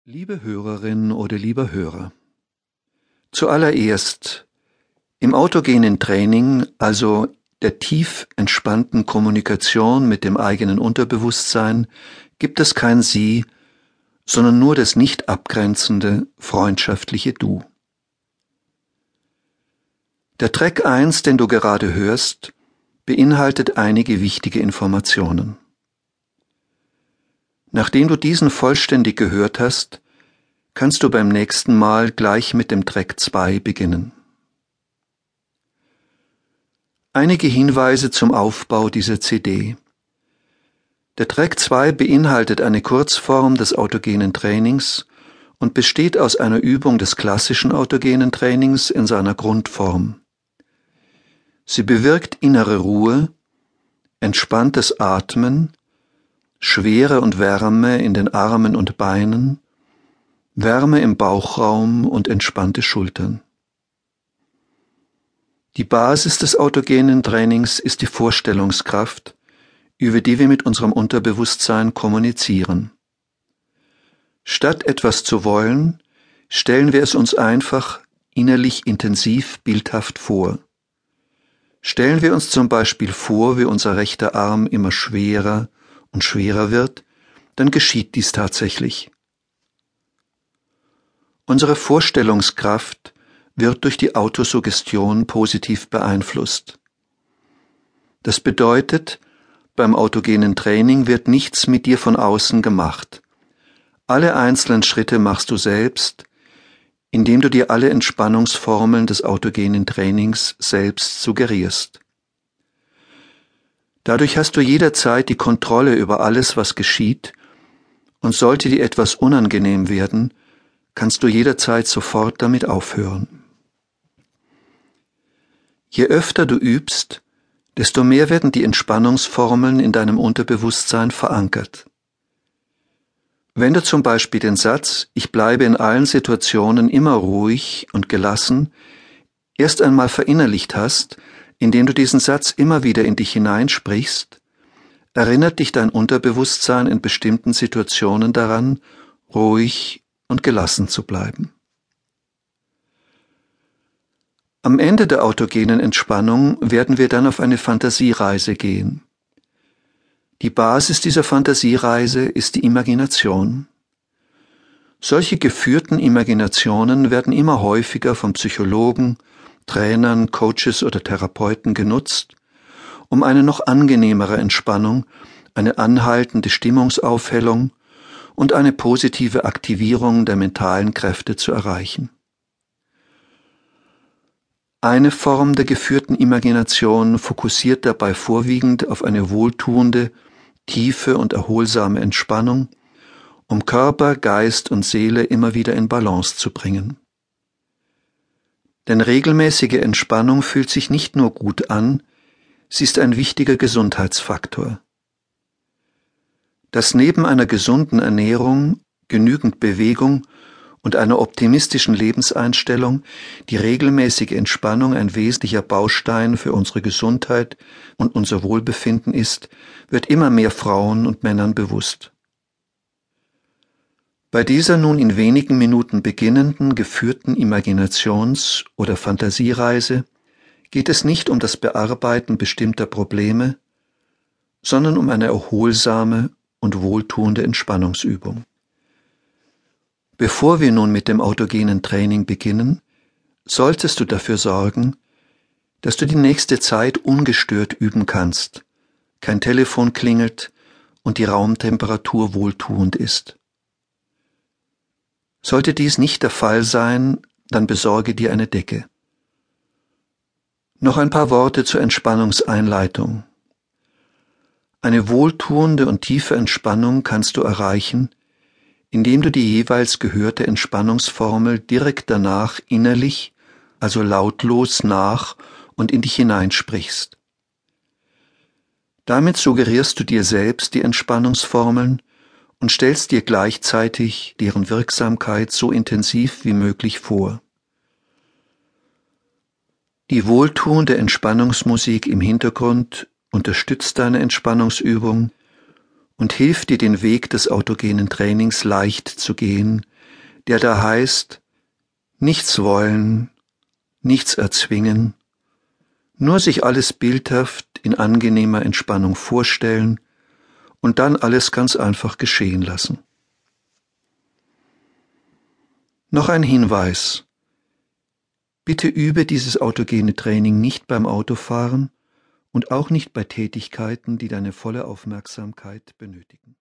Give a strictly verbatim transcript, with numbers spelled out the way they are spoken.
Liebe Hörerin oder lieber Hörer, zuallererst, im autogenen Training, also der tief entspannten Kommunikation mit dem eigenen Unterbewusstsein, gibt es kein Sie, sondern nur das nicht abgrenzende, freundschaftliche Du. Der Track eins, den du gerade hörst, beinhaltet einige wichtige Informationen. Nachdem du diesen vollständig gehört hast, kannst du beim nächsten Mal gleich mit dem Track zwei beginnen. Einige Hinweise zum Aufbau dieser C D. Der Track zwei beinhaltet eine Kurzform des autogenen Trainings und besteht aus einer Übung des klassischen autogenen Trainings in seiner Grundform. Sie bewirkt innere Ruhe, entspanntes Atmen, Schwere und Wärme in den Armen und Beinen, Wärme im Bauchraum und entspannte Schultern. Die Basis des autogenen Trainings ist die Vorstellungskraft, über die wir mit unserem Unterbewusstsein kommunizieren. Statt etwas zu wollen, stellen wir es uns einfach innerlich intensiv bildhaft vor. Stellen wir uns zum Beispiel vor, wie unser rechter Arm immer schwerer und schwerer wird, dann geschieht dies tatsächlich. Unsere Vorstellungskraft wird durch die Autosuggestion positiv beeinflusst. Das bedeutet, beim autogenen Training wird nichts mit dir von außen gemacht. Alle einzelnen Schritte machst du selbst, indem du dir alle Entspannungsformeln des autogenen Trainings selbst suggerierst. Dadurch hast du jederzeit die Kontrolle über alles, was geschieht, und sollte dir etwas unangenehm werden, kannst du jederzeit sofort damit aufhören. Je öfter du übst, desto mehr werden die Entspannungsformeln in deinem Unterbewusstsein verankert. Wenn du zum Beispiel den Satz „Ich bleibe in allen Situationen immer ruhig und gelassen“ erst einmal verinnerlicht hast, indem du diesen Satz immer wieder in dich hineinsprichst, erinnert dich dein Unterbewusstsein in bestimmten Situationen daran, ruhig und gelassen zu bleiben. Am Ende der autogenen Entspannung werden wir dann auf eine Fantasiereise gehen. Die Basis dieser Fantasiereise ist die Imagination. Solche geführten Imaginationen werden immer häufiger von Psychologen, Trainern, Coaches oder Therapeuten genutzt, um eine noch angenehmere Entspannung, eine anhaltende Stimmungsaufhellung und eine positive Aktivierung der mentalen Kräfte zu erreichen. Eine Form der geführten Imagination fokussiert dabei vorwiegend auf eine wohltuende, tiefe und erholsame Entspannung, um Körper, Geist und Seele immer wieder in Balance zu bringen. Denn regelmäßige Entspannung fühlt sich nicht nur gut an, sie ist ein wichtiger Gesundheitsfaktor. Dass neben einer gesunden Ernährung, genügend Bewegung und einer optimistischen Lebenseinstellung die regelmäßige Entspannung ein wesentlicher Baustein für unsere Gesundheit und unser Wohlbefinden ist, wird immer mehr Frauen und Männern bewusst. Bei dieser nun in wenigen Minuten beginnenden, geführten Imaginations- oder Fantasiereise geht es nicht um das Bearbeiten bestimmter Probleme, sondern um eine erholsame und wohltuende Entspannungsübung. Bevor wir nun mit dem autogenen Training beginnen, solltest du dafür sorgen, dass du die nächste Zeit ungestört üben kannst, kein Telefon klingelt und die Raumtemperatur wohltuend ist. Sollte dies nicht der Fall sein, dann besorge dir eine Decke. Noch ein paar Worte zur Entspannungseinleitung. Eine wohltuende und tiefe Entspannung kannst du erreichen, indem du die jeweils gehörte Entspannungsformel direkt danach innerlich, also lautlos nach und in dich hineinsprichst. Damit suggerierst du dir selbst die Entspannungsformeln und stellst dir gleichzeitig deren Wirksamkeit so intensiv wie möglich vor. Die wohltuende Entspannungsmusik im Hintergrund unterstützt deine Entspannungsübung und hilft dir, den Weg des autogenen Trainings leicht zu gehen, der da heißt, nichts wollen, nichts erzwingen, nur sich alles bildhaft in angenehmer Entspannung vorstellen und dann alles ganz einfach geschehen lassen. Noch ein Hinweis. Bitte übe dieses autogene Training nicht beim Autofahren und auch nicht bei Tätigkeiten, die deine volle Aufmerksamkeit benötigen.